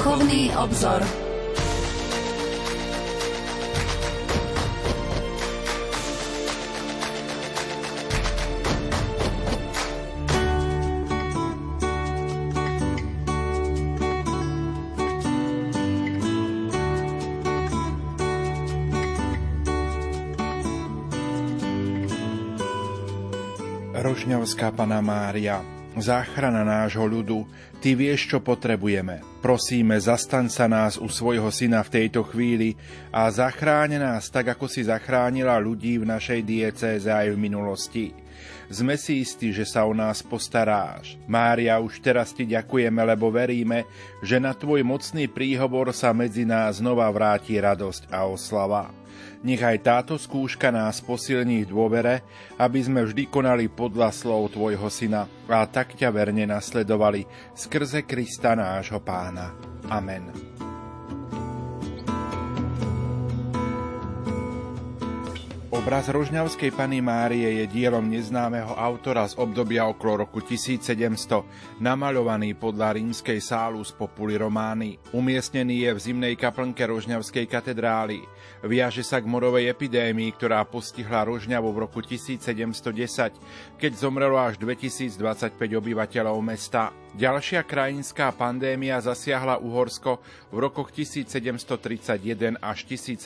Duchovný obzor. Rožňavská Panna Mária, záchrana nášho ľudu, Ty vieš, čo potrebujeme. Prosíme, zastaň sa nás u svojho syna v tejto chvíli a zachráň nás tak, ako si zachránila ľudí v našej diecéze aj v minulosti. Sme si istí, že sa o nás postaráš. Mária, už teraz Ti ďakujeme, lebo veríme, že na Tvoj mocný príhovor sa medzi nás znova vráti radosť a oslava. Nech aj táto skúška nás posilní v dôvere, aby sme vždy konali podľa slov Tvojho Syna a tak ťa verne nasledovali skrze Krista nášho Pána. Amen. Obraz Rožňavskej Panny Márie je dielom neznámeho autora z obdobia okolo roku 1700, namaľovaný podľa rímskej Salus Populi Romani. Umiestnený je v zimnej kaplnke Rožňavskej katedrály. Viaže sa k morovej epidémii, ktorá postihla Rožňavu v roku 1710, keď zomrelo až 2025 obyvateľov mesta. Ďalšia krajinská pandémia zasiahla Uhorsko v rokoch 1731 až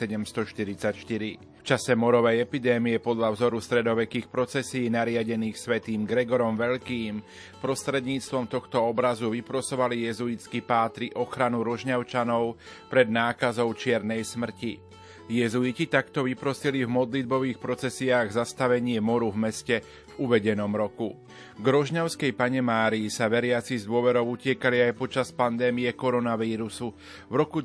1744. V čase morovej epidémie podľa vzoru stredovekých procesí nariadených svätým Gregorom Veľkým prostredníctvom tohto obrazu vyprosovali jezuitskí pátri ochranu Rožňavčanov pred nákazou čiernej smrti. Jezuiti takto vyprosili v modlitbových procesiách zastavenie moru v meste v uvedenom roku. K Rožňavskej Panne Márii sa veriaci s dôverou utiekali aj počas pandémie koronavírusu v roku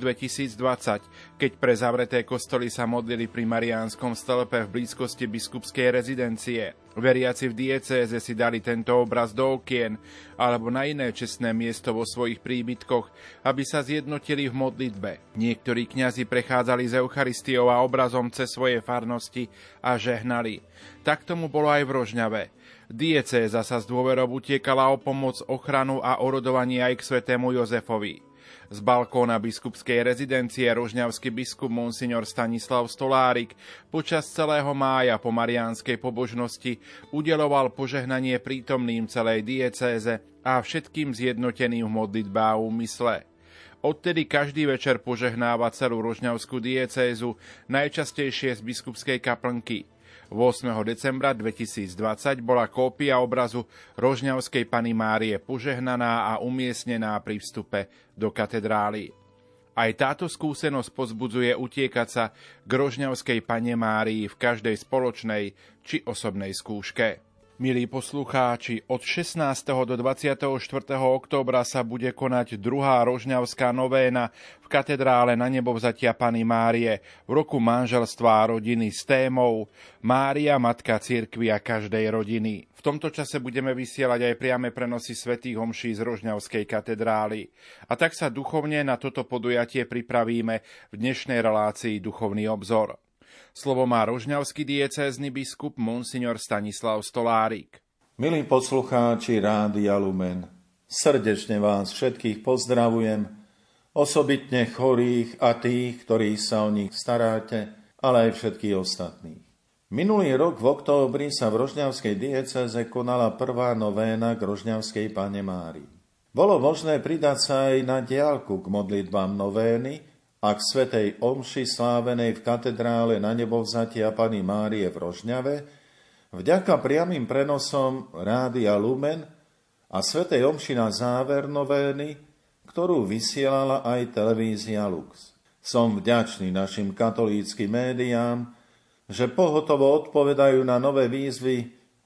2020, keď pre zavreté kostoly sa modlili pri Mariánskom stĺpe v blízkosti biskupskej rezidencie. Veriaci v diecéze si dali tento obraz do okien alebo na iné čestné miesto vo svojich príbytkoch, aby sa zjednotili v modlitbe. Niektorí kňazi prechádzali z Eucharistiou a obrazom cez svoje farnosti a žehnali. Tak tomu bolo aj v Rožňave. Diecéza sa s dôverou utiekala o pomoc, ochranu a orodovanie aj k svätému Jozefovi. Z balkóna biskupskej rezidencie rožňavský biskup monsignor Stanislav Stolárik počas celého mája po mariánskej pobožnosti udeľoval požehnanie prítomným celej diecéze a všetkým zjednoteným v modlitbe a úmysle. Odtedy každý večer požehnáva celú rožňavskú diecézu, najčastejšie z biskupskej kaplnky. 8. decembra 2020 bola kópia obrazu Rožňavskej Panny Márie požehnaná a umiestnená pri vstupe do katedrály. Aj táto skúsenosť pozbudzuje utiekať sa k Rožňavskej Panne Márii v každej spoločnej či osobnej skúške. Milí poslucháči, od 16. do 24. októbra sa bude konať druhá rožňavská novéna v katedrále Na nebovzatia Panny Márie v roku manželstva a rodiny s témou Mária, Matka cirkvi a každej rodiny. V tomto čase budeme vysielať aj priame prenosy svätých homší z Rožňavskej katedrály. A tak sa duchovne na toto podujatie pripravíme v dnešnej relácii Duchovný obzor. Slovo má rožňavský diecézny biskup monsignor Stanislav Stolárik. Milí poslucháči Rádia Lumen, srdečne vás všetkých pozdravujem, osobitne chorých a tých, ktorí sa o nich staráte, ale aj všetkých ostatných. Minulý rok v októbri sa v rožňavskej diecéze konala prvá novéna k Rožňavskej Panne Márii. Bolo možné pridať sa aj na diaľku k modlitbám novény a k svätej omši slávenej v katedrále Na nebovzatia Panny Márie v Rožňave, vďaka priamym prenosom Rádia Lumen a svätej omši na záver novény, ktorú vysielala aj televízia Lux. Som vďačný našim katolíckym médiám, že pohotovo odpovedajú na nové výzvy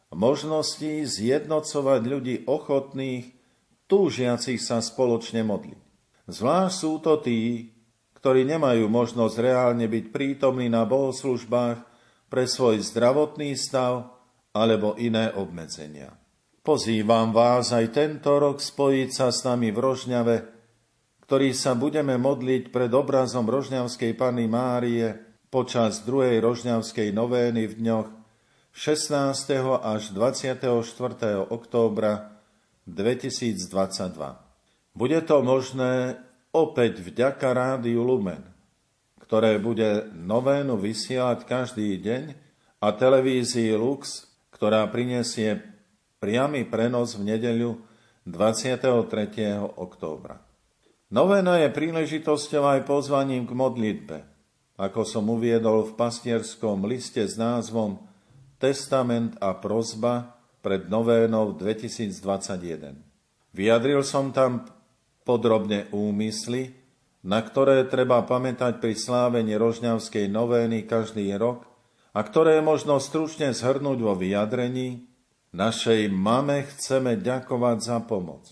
možnosti zjednocovať ľudí ochotných, túžiacich sa spoločne modliť. Zvlášť sú to tí, ktorí nemajú možnosť reálne byť prítomní na bohoslužbách pre svoj zdravotný stav alebo iné obmedzenia. Pozývam vás aj tento rok spojiť sa s nami v Rožňave, ktorý sa budeme modliť pred obrazom Rožňavskej Panny Márie počas druhej rožňavskej novény v dňoch 16. až 24. októbra 2022. Bude to možné opäť vďaka Rádiu Lumen, ktoré bude novénu vysielať každý deň, a televízii Lux, ktorá prinesie priamy prenos v nedeľu 23. októbra. Novéna je príležitosťou aj pozvaním k modlitbe, ako som uviedol v pastierskom liste s názvom Testament a prosba pred novénou 2021. Vyjadril som tam podrobne úmysly, na ktoré treba pamätať pri slávení rožňavskej novény každý rok a ktoré možno stručne zhrnúť vo vyjadrení: našej mame chceme ďakovať za pomoc.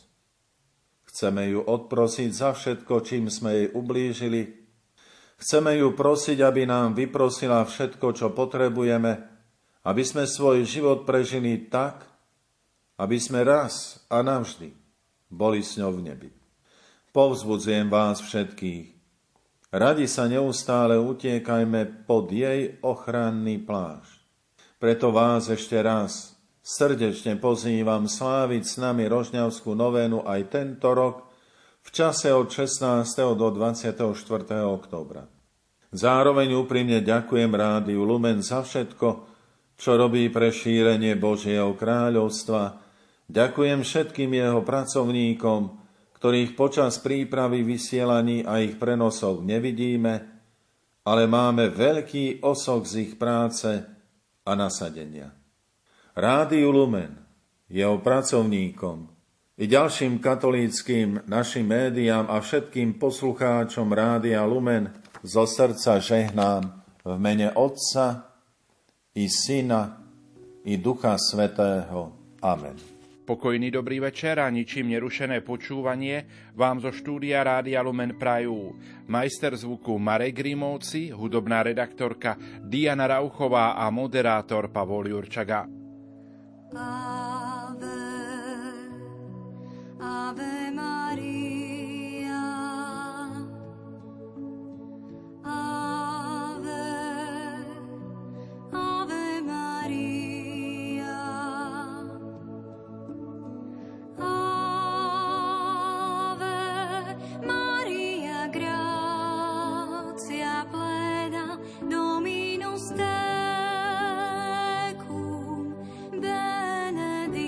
Chceme ju odprosiť za všetko, čím sme jej ublížili. Chceme ju prosiť, aby nám vyprosila všetko, čo potrebujeme, aby sme svoj život prežili tak, aby sme raz a navždy boli s ňou v nebi. Povzbudzujem vás všetkých. Radi sa neustále utiekajme pod jej ochranný plášť. Preto vás ešte raz srdečne pozývam sláviť s nami rožňavskú novénu aj tento rok v čase od 16. do 24. októbra. Zároveň úprimne ďakujem Rádiu Lumen za všetko, čo robí pre šírenie Božieho kráľovstva. Ďakujem všetkým jeho pracovníkom, ktorých počas prípravy vysielaní a ich prenosov nevidíme, ale máme veľký osok z ich práce a nasadenia. Rádiu Lumen, jeho pracovníkom i ďalším katolíckym našim médiám a všetkým poslucháčom Rádia Lumen zo srdca žehnám v mene Otca i Syna i Ducha Svätého. Amen. Pokojný dobrý večer a ničím nerušené počúvanie vám zo štúdia Rádia Lumen prajú majster zvuku Marek Grimovci, hudobná redaktorka Diana Rauchová a moderátor Pavol Jurčaga. Ave, Ave Maria, Ave, Ave Maria, Ave Maria, gratia plena, Dominus tecum, benedicta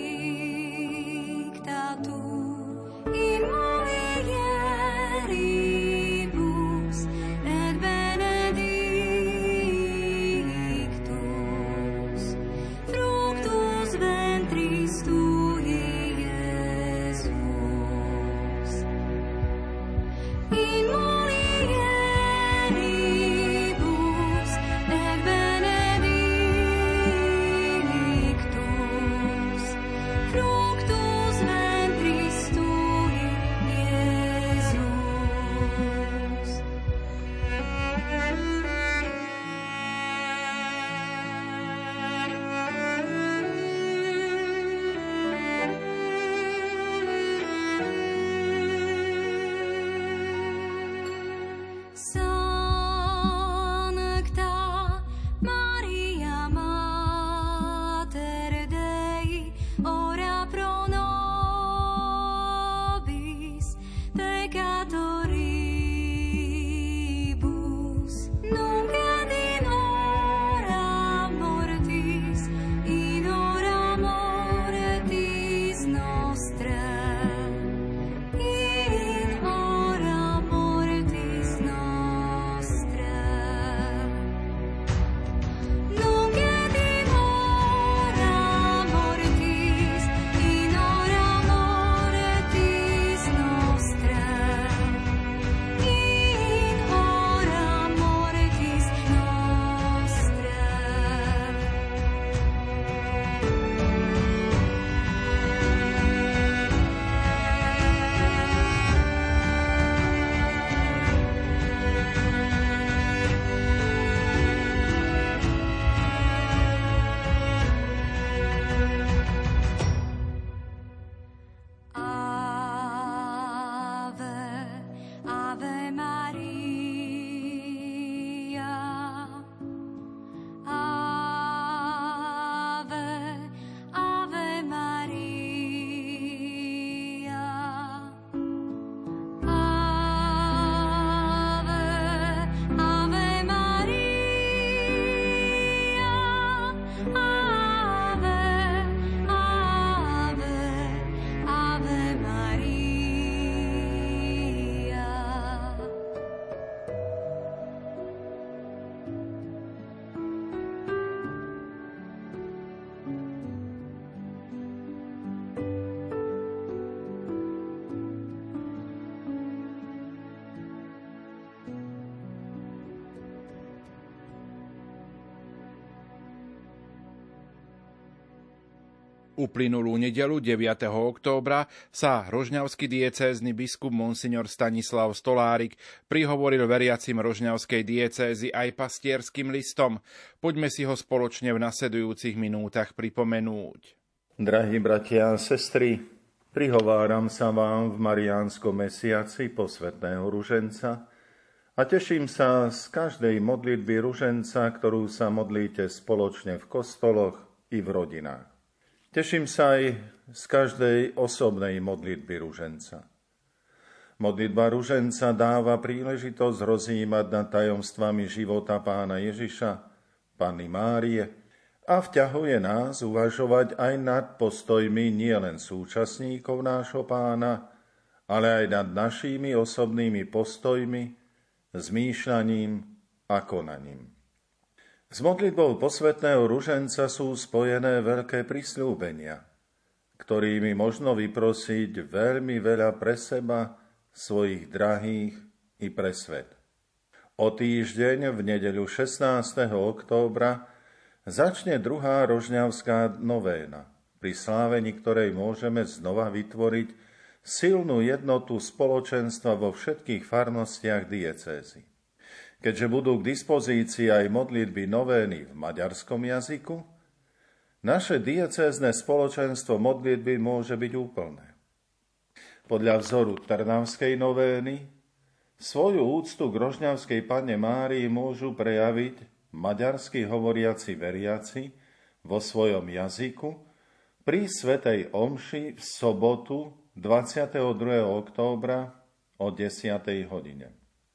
Uplynulú nedeľu 9. októbra sa rožňavský diecézny biskup monsignor Stanislav Stolárik prihovoril veriacim rožňavskej diecézy aj pastierským listom. Poďme si ho spoločne v nasledujúcich minútach pripomenúť. Drahí bratia a sestry, prihováram sa vám v mariánskom mesiaci posvätného ruženca a teším sa z každej modlitby ruženca, ktorú sa modlíte spoločne v kostoloch i v rodinách. Teším sa aj z každej osobnej modlitby ruženca. Modlitba ruženca dáva príležitosť rozjímať nad tajomstvami života Pána Ježiša, Panny Márie a vťahuje nás uvažovať aj nad postojmi nielen súčasníkov nášho Pána, ale aj nad našimi osobnými postojmi, zmýšľaním a konaním. S modlitbou posvätného ruženca sú spojené veľké prisľúbenia, ktorými možno vyprosiť veľmi veľa pre seba, svojich drahých i pre svet. O týždeň v nedeľu 16. októbra začne druhá rožňavská novéna, pri slávení ktorej môžeme znova vytvoriť silnú jednotu spoločenstva vo všetkých farnostiach diecézy. Keďže budú k dispozícii aj modlitby novény v maďarskom jazyku, naše diecézne spoločenstvo modlitby môže byť úplné. Podľa vzoru Trnavskej novény svoju úctu k rožňavskej Panne Márii môžu prejaviť maďarsky hovoriaci veriaci vo svojom jazyku pri svätej omši v sobotu 22. októbra o 10. hodine.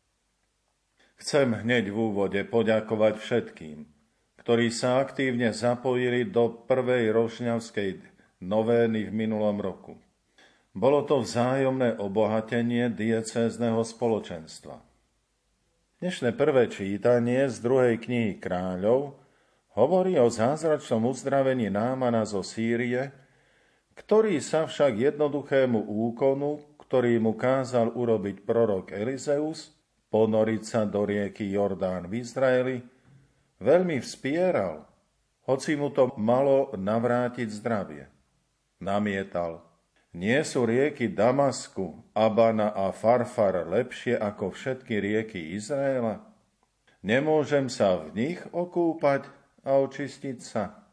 Chcem hneď v úvode poďakovať všetkým, ktorí sa aktívne zapojili do prvej rožňavskej novény v minulom roku. Bolo to vzájomné obohatenie diecézneho spoločenstva. Dnešné prvé čítanie z 2. knihy Kráľov hovorí o zázračnom uzdravení Námana zo Sýrie, ktorý sa však jednoduchému úkonu, ktorý mu kázal urobiť prorok Elizeus, ponoriť sa do rieky Jordán v Izraeli, veľmi vspieral, hoci mu to malo navrátiť zdravie. Namietal: nie sú rieky Damasku, Abana a Farfar lepšie ako všetky rieky Izraela? Nemôžem sa v nich okúpať a očistiť sa?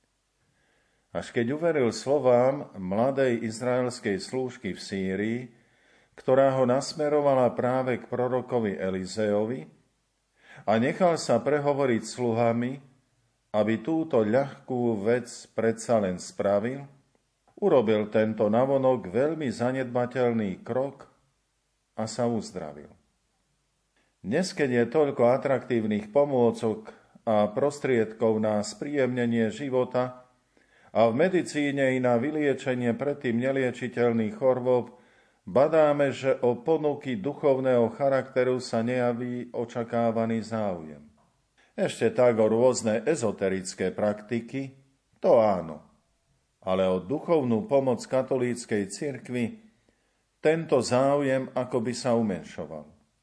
Až keď uveril slovám mladej izraelskej slúžky v Sýrii, ktorá ho nasmerovala práve k prorokovi Elizeovi, a nechal sa prehovoriť sluhami, aby túto ľahkú vec predsa len spravil, urobil tento navonok veľmi zanedbateľný krok a sa uzdravil. Dnes, keď je toľko atraktívnych pomôcok a prostriedkov na spríjemnenie života a v medicíne i na vyliečenie predtým neliečiteľných chorôb, badáme, že o ponuky duchovného charakteru sa nejaví očakávaný záujem. Ešte tak o rôzne ezoterické praktiky, to áno, ale o duchovnú pomoc katolíckej cirkvi tento záujem akoby sa umenšoval.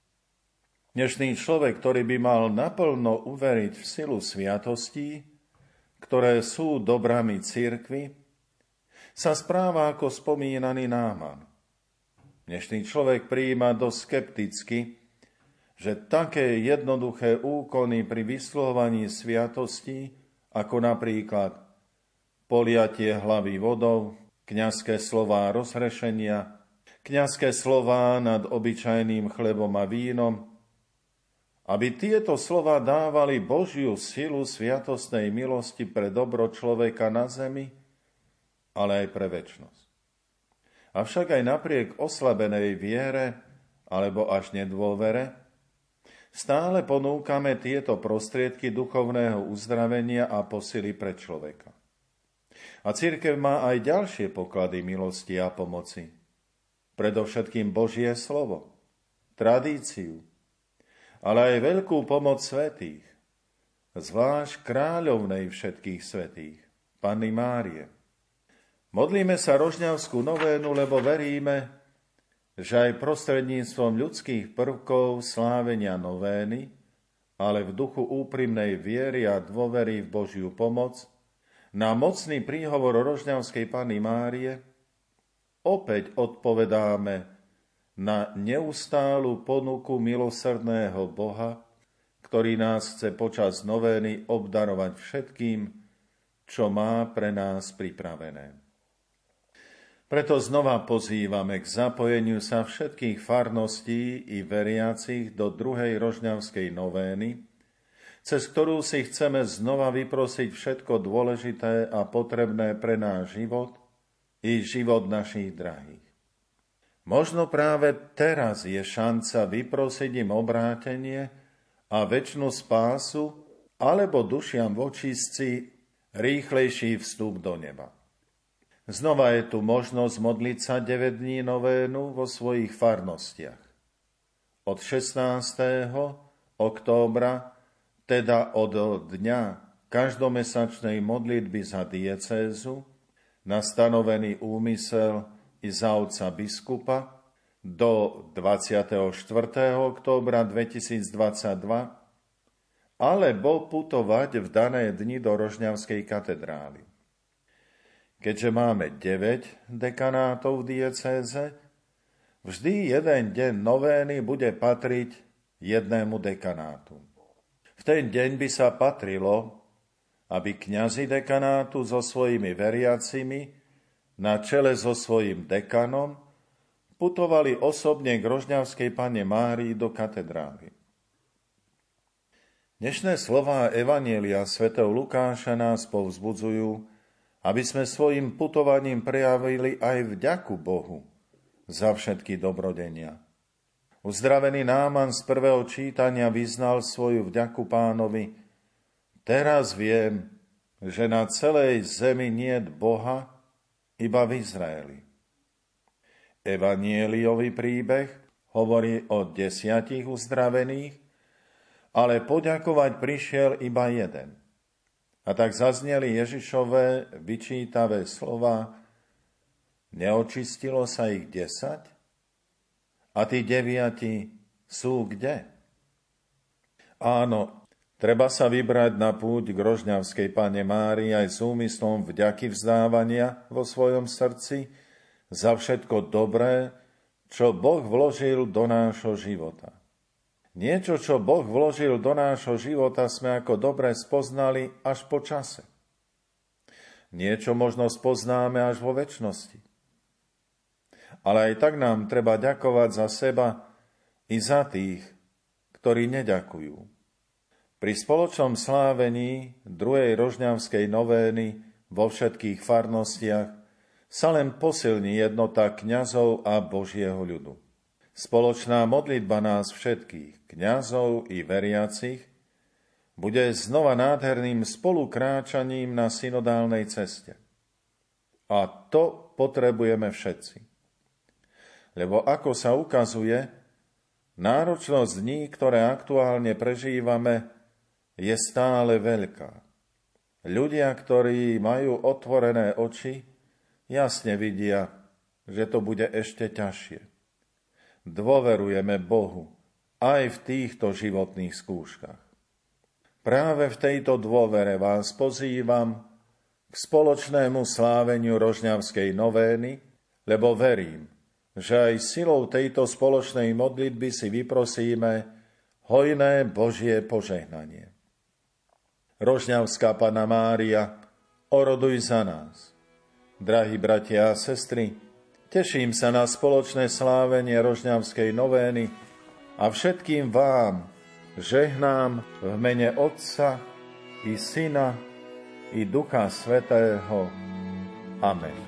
Dnešný človek, ktorý by mal naplno uveriť v silu sviatostí, ktoré sú dobrami cirkvi, sa správa ako spomínaný Náman. Dnešný človek prijíma dosť skepticky, že také jednoduché úkony pri vyslovovaní sviatostí, ako napríklad poliatie hlavy vodou, kňazské slová rozhrešenia, kňazské slová nad obyčajným chlebom a vínom, aby tieto slová dávali Božiu silu sviatostnej milosti pre dobro človeka na zemi, ale aj pre večnosť. Avšak aj napriek oslabenej viere alebo až nedôvere stále ponúkame tieto prostriedky duchovného uzdravenia a posily pre človeka. A cirkev má aj ďalšie poklady milosti a pomoci. Predovšetkým Božie slovo, tradíciu, ale aj veľkú pomoc svätých, zvlášť kráľovnej všetkých svätých, Panny Márie. Modlíme sa rožňavskú novénu, lebo veríme, že aj prostredníctvom ľudských prvkov slávenia novény, ale v duchu úprimnej viery a dôvery v Božiu pomoc, Na mocný príhovor Rožňavskej Panny Márie opäť odpovedáme na neustálu ponuku milosrdného Boha, ktorý nás chce počas novény obdarovať všetkým, čo má pre nás pripravené. Preto znova pozývame k zapojeniu sa všetkých farností i veriacich do druhej rožňavskej novény, cez ktorú si chceme znova vyprosiť všetko dôležité a potrebné pre náš život i život našich drahých. Možno práve teraz je šanca vyprosiť im obrátenie a večnú spásu, alebo dušiam v očistci rýchlejší vstup do neba. Znova je tu možnosť modliť sa 9 dní novénu vo svojich farnostiach. Od 16. októbra, teda od dňa každomesačnej modlitby za diecézu, na stanovený úmysel i za otca biskupa, do 24. októbra 2022, alebo putovať v dané dni do Rožňavskej katedrály. Keďže máme 9 dekanátov v diecéze, vždy jeden deň novény bude patriť jednému dekanátu. V ten deň by sa patrilo, aby kňazi dekanátu so svojimi veriacimi na čele so svojím dekanom putovali osobne k Rožňavskej Panne Márii do katedrály. Dnešné slová Evanjelia svätého Lukáša nás povzbudzujú, aby sme svojim putovaním prejavili aj vďaku Bohu za všetky dobrodenia. Uzdravený Náman z prvého čítania vyznal svoju vďaku Pánovi: teraz viem, že na celej zemi niet Boha, iba v Izraeli. Evanjeliový príbeh hovorí o 10 uzdravených, ale poďakovať prišiel iba jeden. A tak zazneli Ježišové vyčítavé slova: neočistilo sa ich 10? A tí 9 sú kde? Áno, treba sa vybrať na púť k Rožňavskej Panne Márii aj s úmyslom vďaky vzdávania vo svojom srdci za všetko dobré, čo Boh vložil do nášho života. Niečo, čo Boh vložil do nášho života, sme ako dobre spoznali až po čase. Niečo možno spoznáme až vo večnosti. Ale aj tak nám treba ďakovať za seba i za tých, ktorí neďakujú. Pri spoločnom slávení druhej rožňavskej novény vo všetkých farnostiach sa len posilní jednota kňazov a Božieho ľudu. Spoločná modlitba nás všetkých, kňazov i veriacich, bude znova nádherným spolukráčaním na synodálnej ceste. A to potrebujeme všetci. Lebo ako sa ukazuje, náročnosť dní, ktoré aktuálne prežívame, je stále veľká. Ľudia, ktorí majú otvorené oči, jasne vidia, že to bude ešte ťažšie. Dôverujeme Bohu aj v týchto životných skúškach. Práve v tejto dôvere vás pozývam k spoločnému sláveniu rožňavskej novény, lebo verím, že aj silou tejto spoločnej modlitby si vyprosíme hojné Božie požehnanie. Rožňavská Panna Mária, oroduj za nás. Drahí bratia a sestry, teším sa na spoločné slávenie rožňavskej novény a všetkým vám žehnám v mene Otca i Syna i Ducha Svätého. Amen.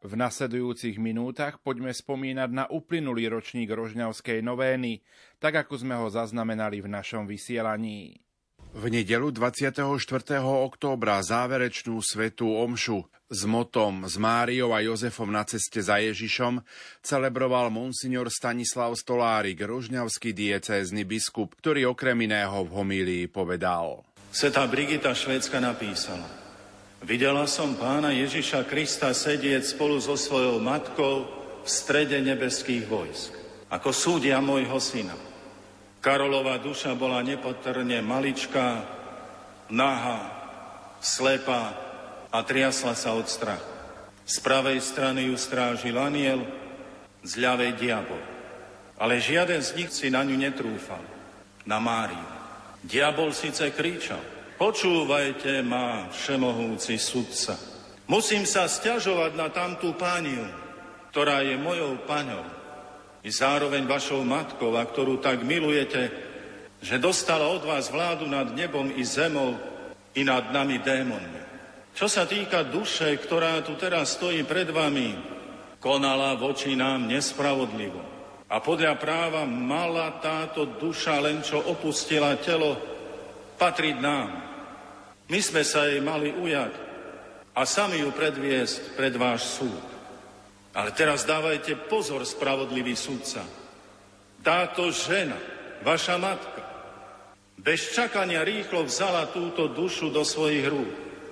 V nasledujúcich minútach poďme spomínať na uplynulý ročník rožňavskej novény, tak ako sme ho zaznamenali v našom vysielaní. V nedeľu 24. októbra záverečnú svätú omšu s motom s Máriou a Jozefom na ceste za Ježišom celebroval monsignor Stanislav Stolárik, rožňavský diecézny biskup, ktorý okrem iného v homílii povedal. Svätá Brigita Švédska napísala: Videla som Pána Ježiša Krista sedieť spolu so svojou matkou v strede nebeských vojsk, ako súdia môjho syna. Karolova duša bola nepotrne maličká, nahá, slepá a triasla sa od strachu. Z pravej strany ju strážil anjel, z ľavej diabol. Ale žiaden z nich si na ňu netrúfal, na Máriu. Diabol síce kričal: Počúvajte ma, všemohúci sudca. Musím sa sťažovať na tamtú pániu, ktorá je mojou paňou i zároveň vašou matkou, a ktorú tak milujete, že dostala od vás vládu nad nebom i zemou i nad nami démonmi. Čo sa týka duše, ktorá tu teraz stojí pred vami, konala voči nám nespravodlivo. A podľa práva mala táto duša, len čo opustila telo, patriť nám. My sme sa jej mali ujať a sami ju predviesť pred váš súd. Ale teraz dávajte pozor, spravodlivý sudca. Táto žena, vaša matka, bez čakania rýchlo vzala túto dušu do svojich rúk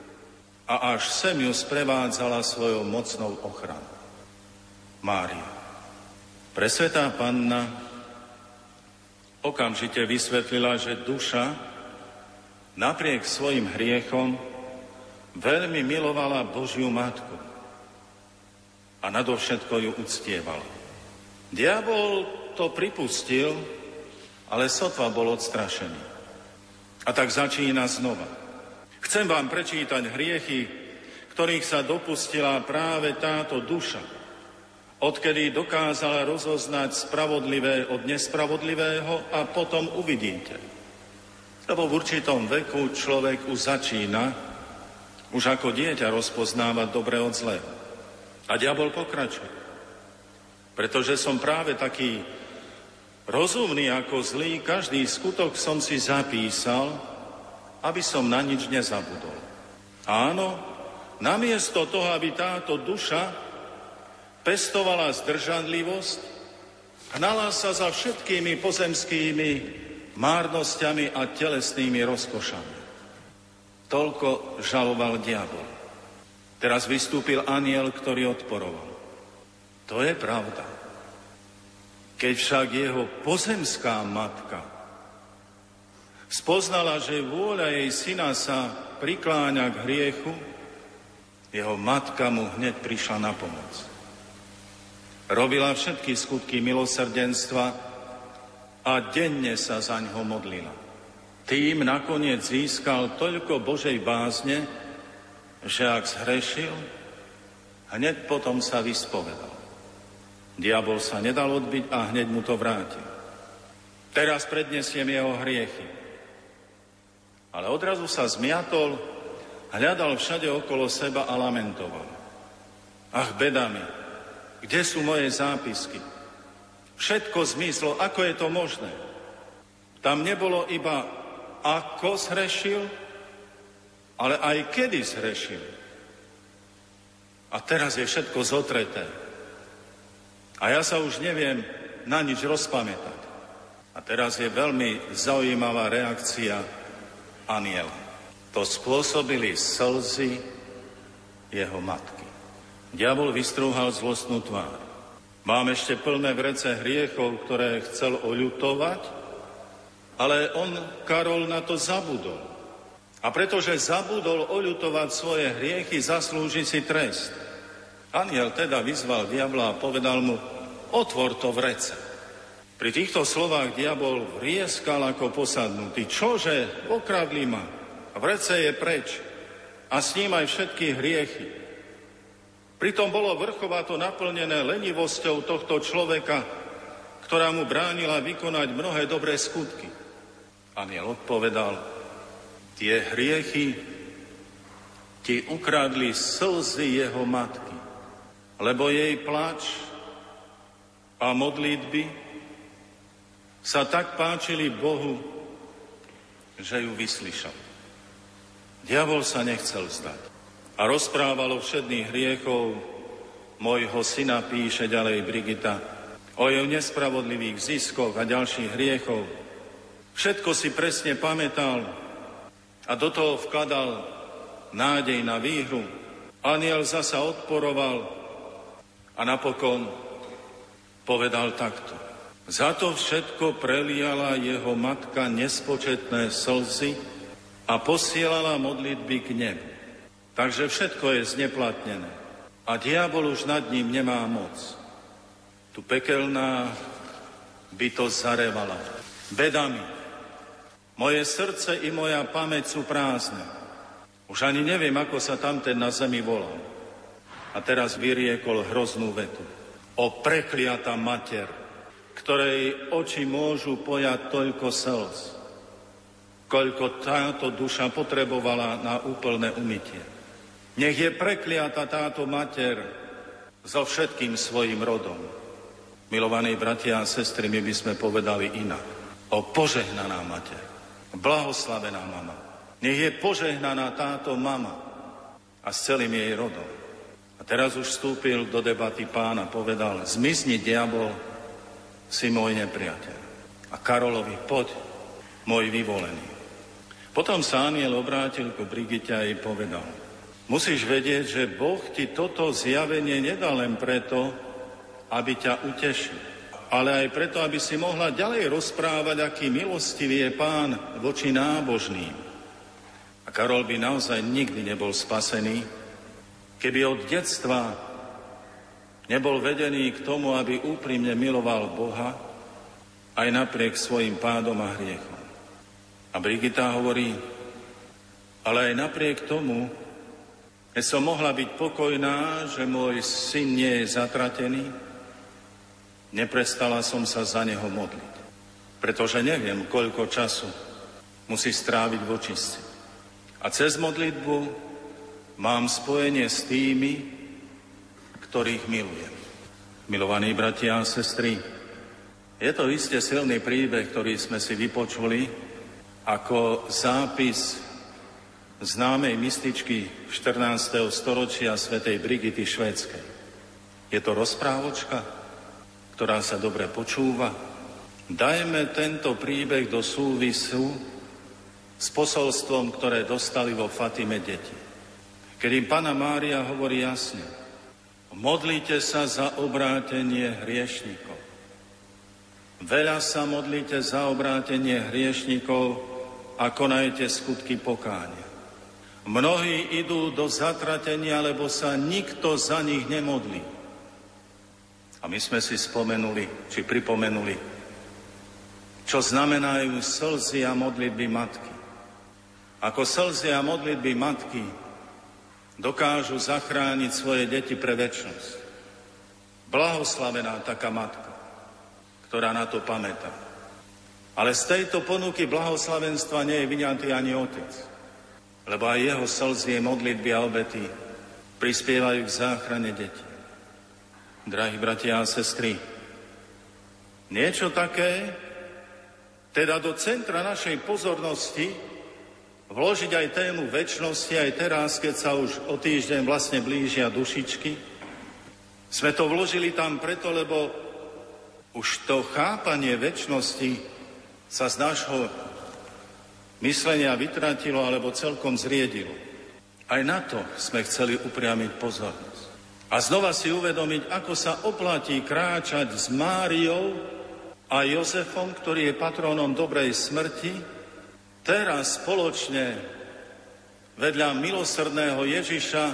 a až sem ju sprevádzala svojou mocnou ochranou. Mária, presvätá panna, okamžite vysvetlila, že duša napriek svojim hriechom veľmi milovala Božiu matku a nadovšetko ju uctievala. Diabol to pripustil, ale sotva bol odstrašený. A tak začína znova. Chcem vám prečítať hriechy, ktorých sa dopustila práve táto duša, odkedy dokázala rozoznať spravodlivé od nespravodlivého, a potom uvidíte. Lebo v určitom veku človek už začína, už ako dieťa, rozpoznávať dobre od zlého. A diabol pokračuje. Pretože som práve taký rozumný ako zlý, každý skutok som si zapísal, aby som na nič nezabudol. Áno, namiesto toho, aby táto duša pestovala zdržanlivosť, hnala sa za všetkými pozemskými márnosťami a telesnými rozkošami. Toľko žaloval diabol. Teraz vystúpil anjel, ktorý odporoval. To je pravda. Keď však jeho pozemská matka spoznala, že vôľa jej syna sa prikláňa k hriechu, jeho matka mu hneď prišla na pomoc. Robila všetky skutky milosrdenstva a denne sa zaňho modlila. Tým nakoniec získal toľko Božej bázne, že ak zhrešil, hneď potom sa vyspovedal. Diabol sa nedal odbiť a hneď mu to vrátil. Teraz prednesiem jeho hriechy. Ale odrazu sa zmiatol, hľadal všade okolo seba a lamentoval. Ach, beda mi, kde sú moje zápisky? Všetko zmizlo, ako je to možné? Tam nebolo iba ako zhrešil, ale aj kedy zhrešil. A teraz je všetko zotreté. A ja sa už neviem na nič rozpamätať. A teraz je veľmi zaujímavá reakcia anjela. To spôsobili slzy jeho matky. Diabol vystrúhal zlostnú tvár. Mám ešte plné vrece hriechov, ktoré chcel oľutovať, ale on, Karol, na to zabudol. A pretože zabudol oľutovať svoje hriechy, zaslúži si trest. Anjel teda vyzval diabla a povedal mu: otvor to vrece. Pri týchto slovách diabol vrieskal ako posadnutý. Čože? Okradli ma. Vrece je preč. A s ním aj všetky hriechy. Pritom bolo vrchovato naplnené lenivosťou tohto človeka, ktorá mu bránila vykonať mnohé dobré skutky. Anjel odpovedal: tie hriechy ti ukradli slzy jeho matky. lebo jej pláč a modlitby sa tak páčili Bohu, že ju vyslyšal. Diabol sa nechcel vzdať a rozprával o všedných hriechov môjho syna, píše ďalej Brigita, o jeho nespravodlivých ziskoch a ďalších hriechov. Všetko si presne pamätal a do toho vkladal nádej na výhru. Aniel zasa odporoval a napokon povedal takto. Za to všetko preliala jeho matka nespočetné slzy a posielala modlitby k nebu. Takže všetko je zneplatnené a diabol už nad ním nemá moc. Tu pekelná bytosť zarevala. Beda mi, moje srdce i moja pamäť sú prázdne. Už ani neviem, ako sa tamten na zemi volal. A teraz vyriekol hroznú vetu. O prekliatá mater, ktorej oči môžu pojať toľko slz, koľko táto duša potrebovala na úplné umytie. Nech je prekliatá táto mater so všetkým svojim rodom. Milovaní bratia a sestry, my by sme povedali inak. O požehnaná mater, blahoslavená mama. Nech je požehnaná táto mama a s celým jej rodom. A teraz už vstúpil do debaty Pán a povedal, zmizni diabol, si môj nepriateľ. A Karolovi, poď, môj vyvolený. Potom sa aniel obrátil ku Brigite a jej povedal, musíš vedieť, že Boh ti toto zjavenie nedal len preto, aby ťa utešil, ale aj preto, aby si mohla ďalej rozprávať, aký milostivý je Pán voči nábožným. A Karol by naozaj nikdy nebol spasený, keby od detstva nebol vedený k tomu, aby úprimne miloval Boha aj napriek svojim pádom a hriechom. A Brigita hovorí, ale aj napriek tomu som mohla byť pokojná, že môj syn nie je zatratený, neprestala som sa za neho modliť, pretože neviem, koľko času musí stráviť v očistci. A cez modlitbu mám spojenie s tými, ktorých milujem. Milovaní bratia a sestry, je to iste silný príbeh, ktorý sme si vypočuli ako zápis známej mističky 14. storočia svätej Brigity Švédskej. Je to rozprávočka, ktorá sa dobre počúva. Dajme tento príbeh do súvisu s posolstvom, ktoré dostali vo Fatime deti. Keď im Panna Mária hovorí jasne, modlite sa za obrátenie hriešnikov. Veľa sa modlite za obrátenie hriešnikov a konajte skutky pokánia. Mnohí idú do zatratenia, lebo sa nikto za nich nemodlí. A my sme si spomenuli, či pripomenuli, čo znamenajú slzy a modlitby matky. Ako slzy a modlitby matky dokážu zachrániť svoje deti pre večnosť. Blahoslavená taká matka, ktorá na to pamätá. Ale z tejto ponuky blahoslavenstva nie je vyňatý ani otec, lebo aj jeho slzy, modlitby a obety prispievajú k záchrane detí. Drahí bratia a sestry, niečo také, teda do centra našej pozornosti vložiť aj tému večnosti, aj teraz, keď sa už o týždeň vlastne blížia dušičky. Sme to vložili tam preto, lebo už to chápanie večnosti sa z nášho myslenia vytratilo alebo celkom zriedilo. Aj na to sme chceli upriamiť pozornosť. A znova si uvedomiť, ako sa oplatí kráčať s Máriou a Jozefom, ktorý je patrónom dobrej smrti, teraz spoločne vedľa milosrdného Ježiša,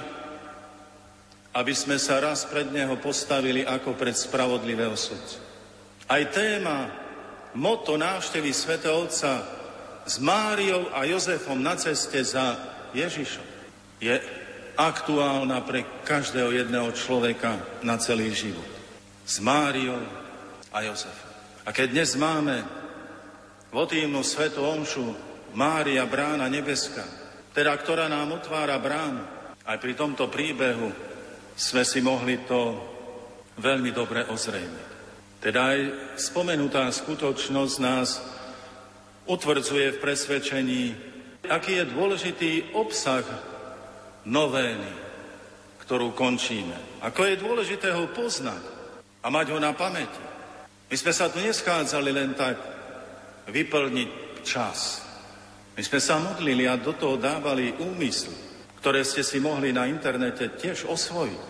aby sme sa raz pred neho postavili ako pred spravodlivého sudcu. Aj téma, motto návštevy svätého Otca s Máriou a Jozefom na ceste za Ježišom je aktuálna pre každého jedného človeka na celý život. S Máriou a Jozefom. A keď dnes máme votivnú svätú omšu Mária, brána nebeská, teda ktorá nám otvára bránu, aj pri tomto príbehu sme si mohli to veľmi dobre ozrejmiť. Teda aj spomenutá skutočnosť nás utvrdzuje v presvedčení, aký je dôležitý obsah novény, ktorú končíme. Ako je dôležité ho poznať a mať ho na pamäti. My sme sa tu neschádzali len tak vyplniť čas. My sme sa modlili a do toho dávali úmysly, ktoré ste si mohli na internete tiež osvojiť.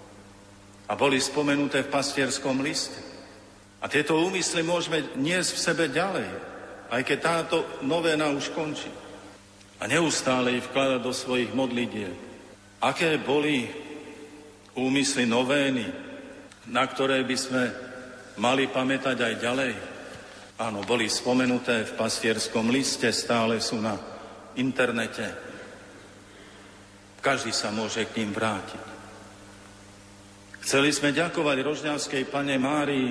A boli spomenuté v pastierskom liste. A tieto úmysly môžeme niesť v sebe ďalej, aj keď táto novéna už končí. A neustále ich vkladať do svojich modlitieb. Aké boli úmysly novény, na ktoré by sme mali pamätať aj ďalej? Áno, boli spomenuté v pastierskom liste, stále sú na internete. Každý sa môže k ním vrátiť. Chceli sme ďakovať Rožňavskej Panne Márii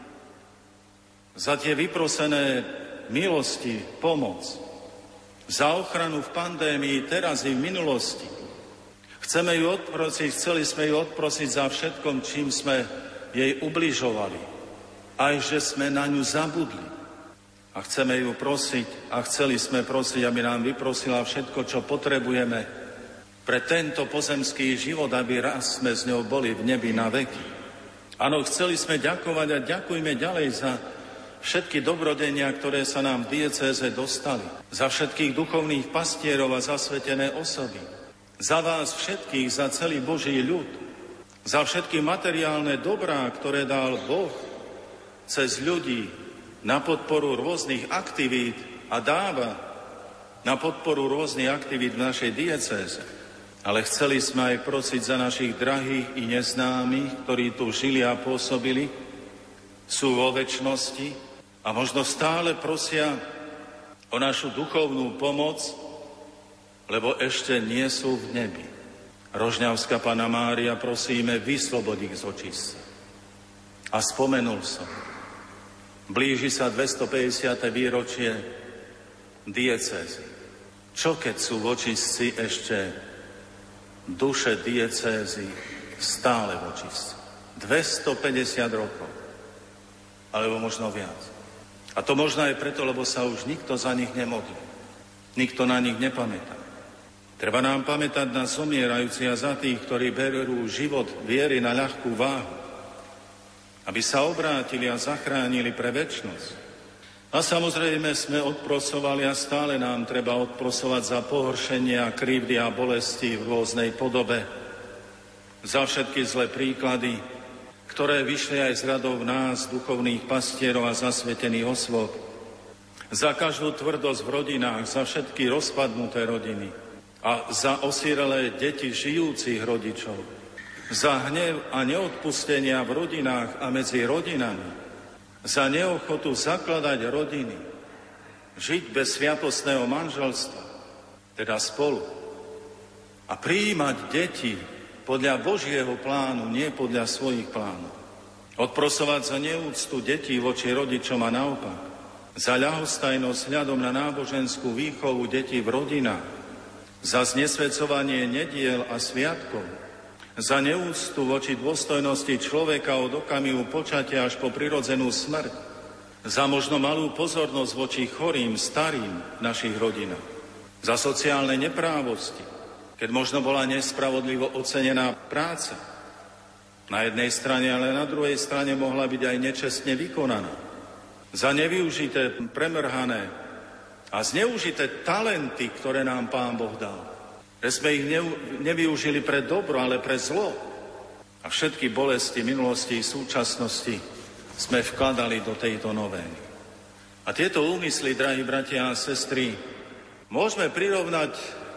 za tie vyprosené milosti, pomoc, za ochranu v pandémii teraz i v minulosti. Chceme ju odprosiť, chceli sme ju odprosiť za všetkom, čím sme jej ubližovali. Aj že sme na ňu zabudli. A chceme ju prosiť a chceli sme prosiť, aby nám vyprosila všetko, čo potrebujeme pre tento pozemský život, aby raz sme s ňou boli v nebi na veky. Áno, chceli sme ďakovať a ďakujme ďalej za všetky dobrodenia, ktoré sa nám v diecéze dostali. Za všetkých duchovných pastierov a zasvetené osoby. Za vás všetkých, za celý Boží ľud. Za všetky materiálne dobrá, ktoré dal Boh cez ľudí na podporu rôznych aktivít a dáva na podporu rôznych aktivít v našej diecéze. Ale chceli sme aj prosiť za našich drahých i neznámych, ktorí tu žili a pôsobili, sú vo večnosti a možno stále prosia o našu duchovnú pomoc, lebo ešte nie sú v nebi. Rožňavská Panna Mária, prosíme, vyslobod ich z očistca. A spomenul som, blíži sa 250. výročie diecézy. Čo keď sú v očistci ešte duše diecézy stále v očistci? 250 rokov. Alebo možno viac. A to možno aj preto, lebo sa už nikto za nich nemodlí. Nikto na nich nepamätá. Treba nám pamätať na zomierajúci a za tých, ktorí berú život viery na ľahkú váhu, aby sa obrátili a zachránili pre večnosť. A samozrejme sme odprosovali a stále nám treba odprosovať za pohoršenia, krivdy a bolesti v rôznej podobe, za všetky zlé príklady, ktoré vyšli aj z radov nás, duchovných pastierov a zasvetených osôb, za každú tvrdosť v rodinách, za všetky rozpadnuté rodiny a za osirelé deti žijúcich rodičov, za hnev a neodpustenia v rodinách a medzi rodinami, za neochotu zakladať rodiny, žiť bez sviatostného manželstva, teda spolu, a prijímať deti podľa Božieho plánu, nie podľa svojich plánov. Odprosovať za neúctu detí voči rodičom a naopak, za ľahostajnosť hľadom na náboženskú výchovu detí v rodinách, za znesvedcovanie nediel a sviatkov, za neúctu voči dôstojnosti človeka od okamihu počatia až po prirodzenú smrť, za možno malú pozornosť voči chorým, starým v našich rodinách, za sociálne neprávosti, keď možno bola nespravodlivo ocenená práca. Na jednej strane, ale na druhej strane mohla byť aj nečestne vykonaná. Za nevyužité, premrhané a zneužité talenty, ktoré nám Pán Boh dal. Že sme ich nevyužili pre dobro, ale pre zlo. A všetky bolesti minulosti i súčasnosti sme vkladali do tejto novény. A tieto úmysly, drahí bratia a sestry, môžeme prirovnať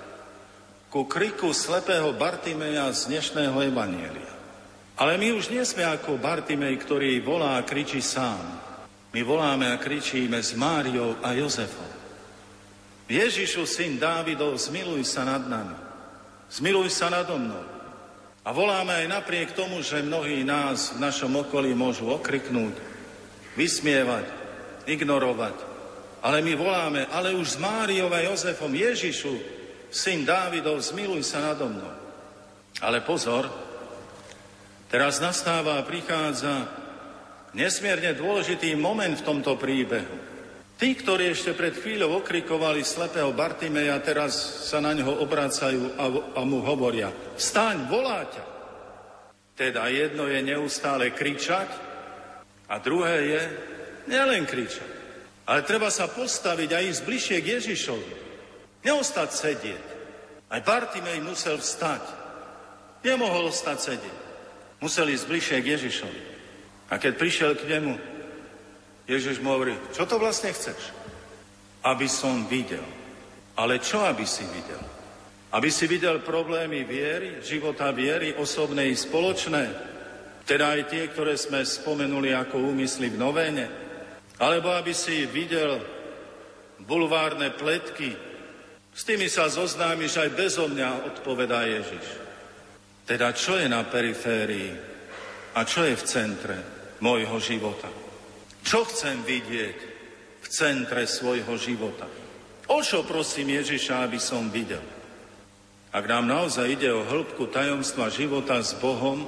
ku kriku slepého Bartimeja z dnešného evanjelia. Ale my už nie sme ako Bartimej, ktorý volá a kričí sám. My voláme a kričíme s Máriou a Jozefom. Ježišu, syn Dávidov, zmiluj sa nad nami. Zmiluj sa nado mnou. A voláme aj napriek tomu, že mnohí nás v našom okolí môžu okriknúť, vysmievať, ignorovať. Ale my voláme, ale už s Máriou a Jozefom, Ježišu, syn Dávidov, zmiluj sa nado mnou. Ale pozor, Teraz nastáva a prichádza nesmierne dôležitý moment v tomto príbehu. Tí, ktorí ešte pred chvíľou okrikovali slepého Bartimeja, teraz sa na ňoho obracajú a mu hovoria: vstaň, volá ťa. Teda jedno je neustále kričať a druhé je nielen kričať, ale treba sa postaviť a ísť bližšie k Ježišovi. Neostať sedieť. Aj Bartimej musel vstať. Nemohol ostať sedieť. Musel ísť bližšie k Ježišovi. A keď prišiel k nemu, Ježiš mu hovorí: čo to vlastne chceš? Aby som videl. Ale čo aby si videl? Aby si videl problémy viery, života viery, osobnej i spoločné, teda aj tie, ktoré sme spomenuli ako úmysly v novéne, alebo aby si videl bulvárne pletky, s tými sa zoznámiš aj bezo mňa, odpovedá Ježiš. Teda čo je na periférii a čo je v centre môjho života? Čo chcem vidieť v centre svojho života? O čo prosím Ježiša, aby som videl? Ak nám naozaj ide o hĺbku tajomstva života s Bohom,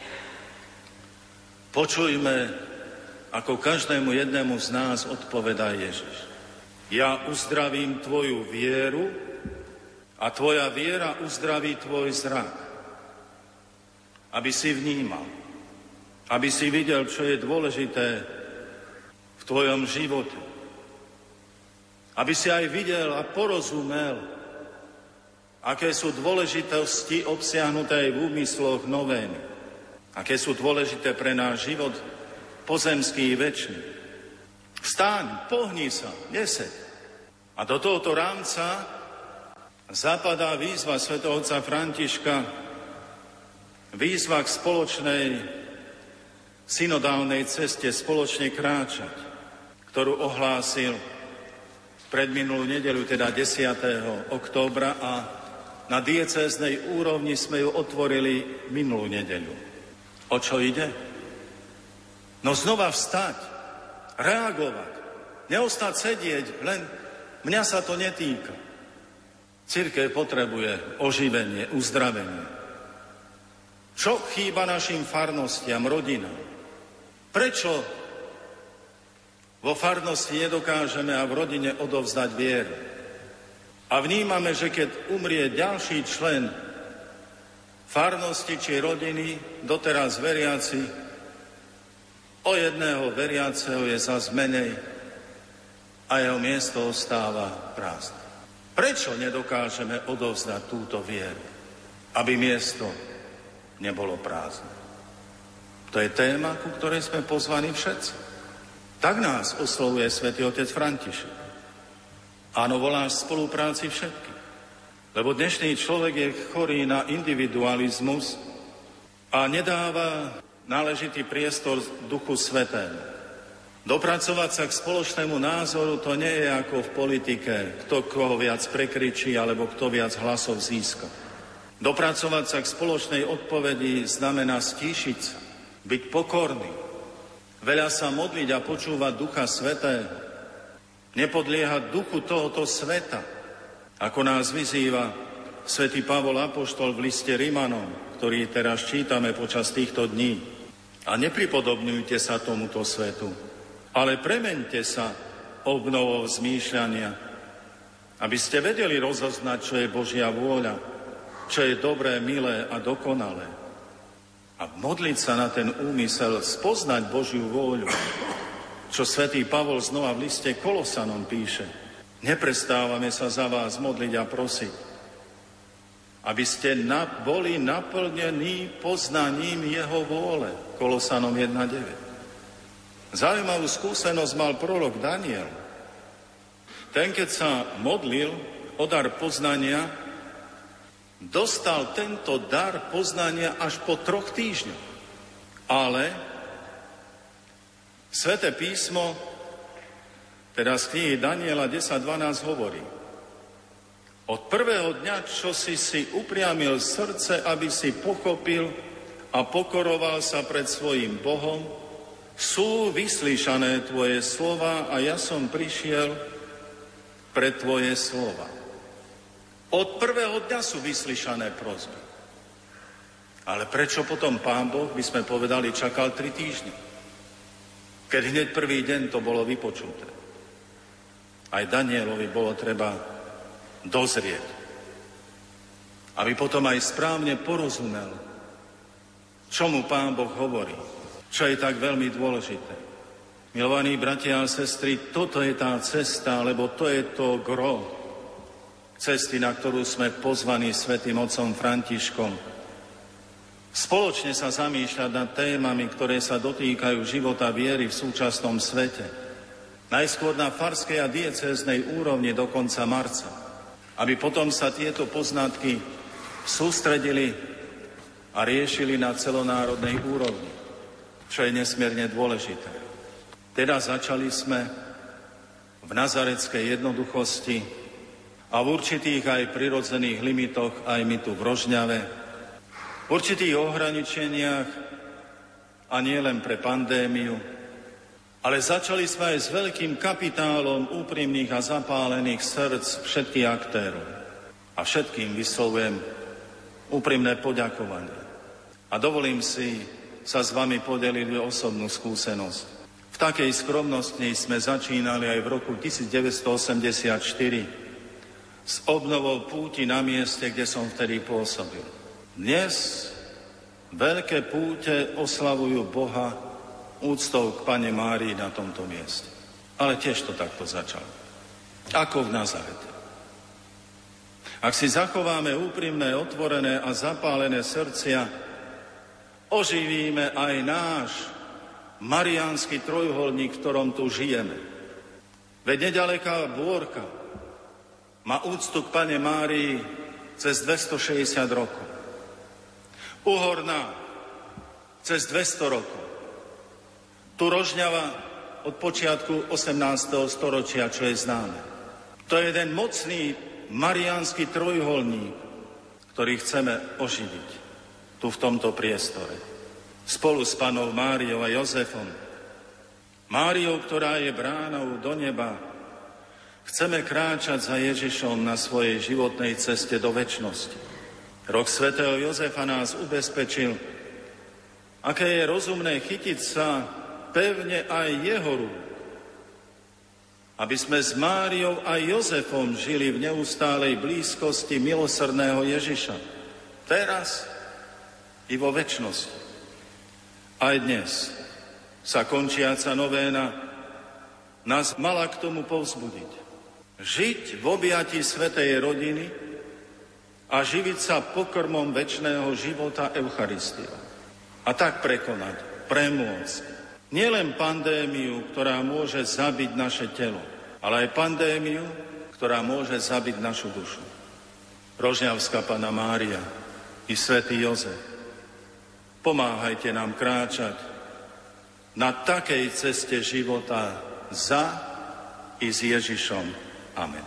počujme, ako každému jednému z nás odpovedá Ježiš. Ja uzdravím tvoju vieru a tvoja viera uzdraví tvoj zrak. Aby si vnímal, aby si videl, čo je dôležité v tvojom živote. Aby si aj videl a porozumel, aké sú dôležitosti obsiahnuté v úmysloch novény. Aké sú dôležité pre náš život pozemský i večný. Vstaň, pohni sa, neseď. A do tohoto rámca zapadá výzva svätého otca Františka, výzva k spoločnej synodálnej ceste, spoločne kráčať, ktorú ohlásil predminulú nedeľu, teda 10. októbra, a na diecéznej úrovni sme ju otvorili minulú nedeľu. O čo ide? No znova vstať, reagovať, neostať sedieť, len mňa sa to netýka. Cirkev potrebuje oživenie, uzdravenie. Čo chýba našim farnostiam, rodinám? Prečo vo farnosti nedokážeme a v rodine odovzdať vieru? A vnímame, že keď umrie ďalší člen farnosti či rodiny, doteraz veriaci, o jedného veriaceho je zas menej a jeho miesto ostáva prázdne. Prečo nedokážeme odovzdať túto vieru, aby miesto nebolo prázdne? To je téma, ku ktorej sme pozvaní všetci. Tak nás oslovuje svätý otec František. Áno, volá v spolupráci všetkých. Lebo dnešný človek je chorý na individualizmus a nedáva náležitý priestor Duchu Svätému. Dopracovať sa k spoločnému názoru, to nie je ako v politike, kto koho viac prekričí alebo kto viac hlasov získa. Dopracovať sa k spoločnej odpovedi znamená stíšiť sa, byť pokorný, veľa sa modliť a počúvať Ducha Svätého, nepodliehať duchu tohoto sveta, ako nás vyzýva svätý Pavol apoštol v liste Rimanom, ktorý teraz čítame počas týchto dní. A nepripodobňujte sa tomuto svetu, ale premeňte sa obnovou zmýšľania, aby ste vedeli rozoznať, čo je Božia vôľa, čo je dobré, milé a dokonalé. A modliť sa na ten úmysel, spoznať Božiu vôľu, čo svätý Pavol znova v liste Kolosanom píše. Neprestávame sa za vás modliť a prosiť, aby ste boli naplnení poznaním jeho vôle. Kolosanom 1.9. Zaujímavú skúsenosť mal prorok Daniel. Ten, keď sa modlil o dar poznania, dostal tento dar poznania až po 3 týždňoch. Ale Sväté písmo, teda z knihy Daniela 10.12 hovorí: od prvého dňa, čo si upriamil srdce, aby si pochopil a pokoroval sa pred svojím Bohom, sú vyslyšané tvoje slova a ja som prišiel pre tvoje slova. Od prvého dňa sú vyslyšané prosby. Ale prečo potom Pán Boh, by sme povedali, čakal 3 týždne? Keď hneď prvý deň to bolo vypočuté. Aj Danielovi bolo treba dozrieť, aby potom aj správne porozumel, čo mu Pán Boh hovorí, čo je tak veľmi dôležité. Milovaní bratia a sestry, toto je tá cesta, lebo to je to gro cesty, na ktorú sme pozvaní svätým otcom Františkom. Spoločne sa zamýšľať nad témami, ktoré sa dotýkajú života viery v súčasnom svete. Najskôr na farskej a diecéznej úrovni do konca marca. Aby potom sa tieto poznatky sústredili a riešili na celonárodnej úrovni, čo je nesmierne dôležité. Teda začali sme v nazareckej jednoduchosti a v určitých aj prirodzených limitoch, aj my tu v Rožňave, v určitých ohraničeniach a nie len pre pandémiu, ale začali sme aj s veľkým kapitálom úprimných a zapálených srdc všetkých aktérov. A všetkým vyslovujem úprimné poďakovanie. A dovolím si sa s vami podeliť osobnú skúsenosť. V takej skromnosti sme začínali aj v roku 1984 s obnovou púti na mieste, kde som vtedy pôsobil. Dnes veľké púte oslavujú Boha úctou k Pane Márii na tomto mieste. Ale tiež to takto začalo. Ako v Nazarete. Ak si zachováme úprimné, otvorené a zapálené srdcia, oživíme aj náš mariánsky trojuholník, v ktorom tu žijeme. Veď nedaleká Bôrka má úctu k Pane Márii cez 260 rokov. Uhorná cez 200 rokov. Tu Rožňava od počiatku 18. storočia, čo je známe. To je jeden mocný mariánsky trojuholník, ktorý chceme oživiť tu v tomto priestore. Spolu s Pannou Máriou a Jozefom. Máriou, ktorá je bránou do neba, chceme kráčať za Ježišom na svojej životnej ceste do večnosti. Rok svätého Jozefa nás ubezpečil, aké je rozumné chytiť sa pevne aj jeho rúk, aby sme s Máriou a Jozefom žili v neustálej blízkosti milosrdného Ježiša. Teraz i vo večnosti. Aj dnes sa končiaca novéna nás mala k tomu povzbudiť. Žiť v objatí svätej rodiny a živiť sa pokrmom večného života Eucharistia. A tak prekonať, premôcť nielen pandémiu, ktorá môže zabiť naše telo, ale aj pandémiu, ktorá môže zabiť našu dušu. Rožňavská Panna Mária i svätý Jozef, pomáhajte nám kráčať na takej ceste života za i s Ježišom. Amen.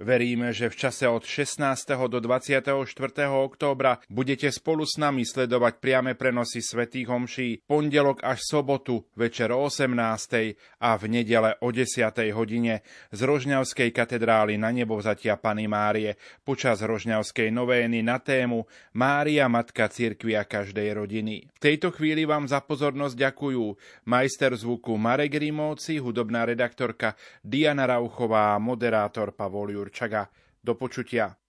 Veríme, že v čase od 16. do 24. októbra budete spolu s nami sledovať priame prenosy svätých homší pondelok až sobotu večer o 18. a v nedele o 10. hodine z Rožňavskej katedrály Na Nebovzatia Panny Márie počas rožňavskej novény na tému Mária, Matka cirkvi a každej rodiny. V tejto chvíli vám za pozornosť ďakujú majster zvuku Marek Rimóci, hudobná redaktorka Diana Rauchová a moderátor Pavol Jurčaga. Do počutia.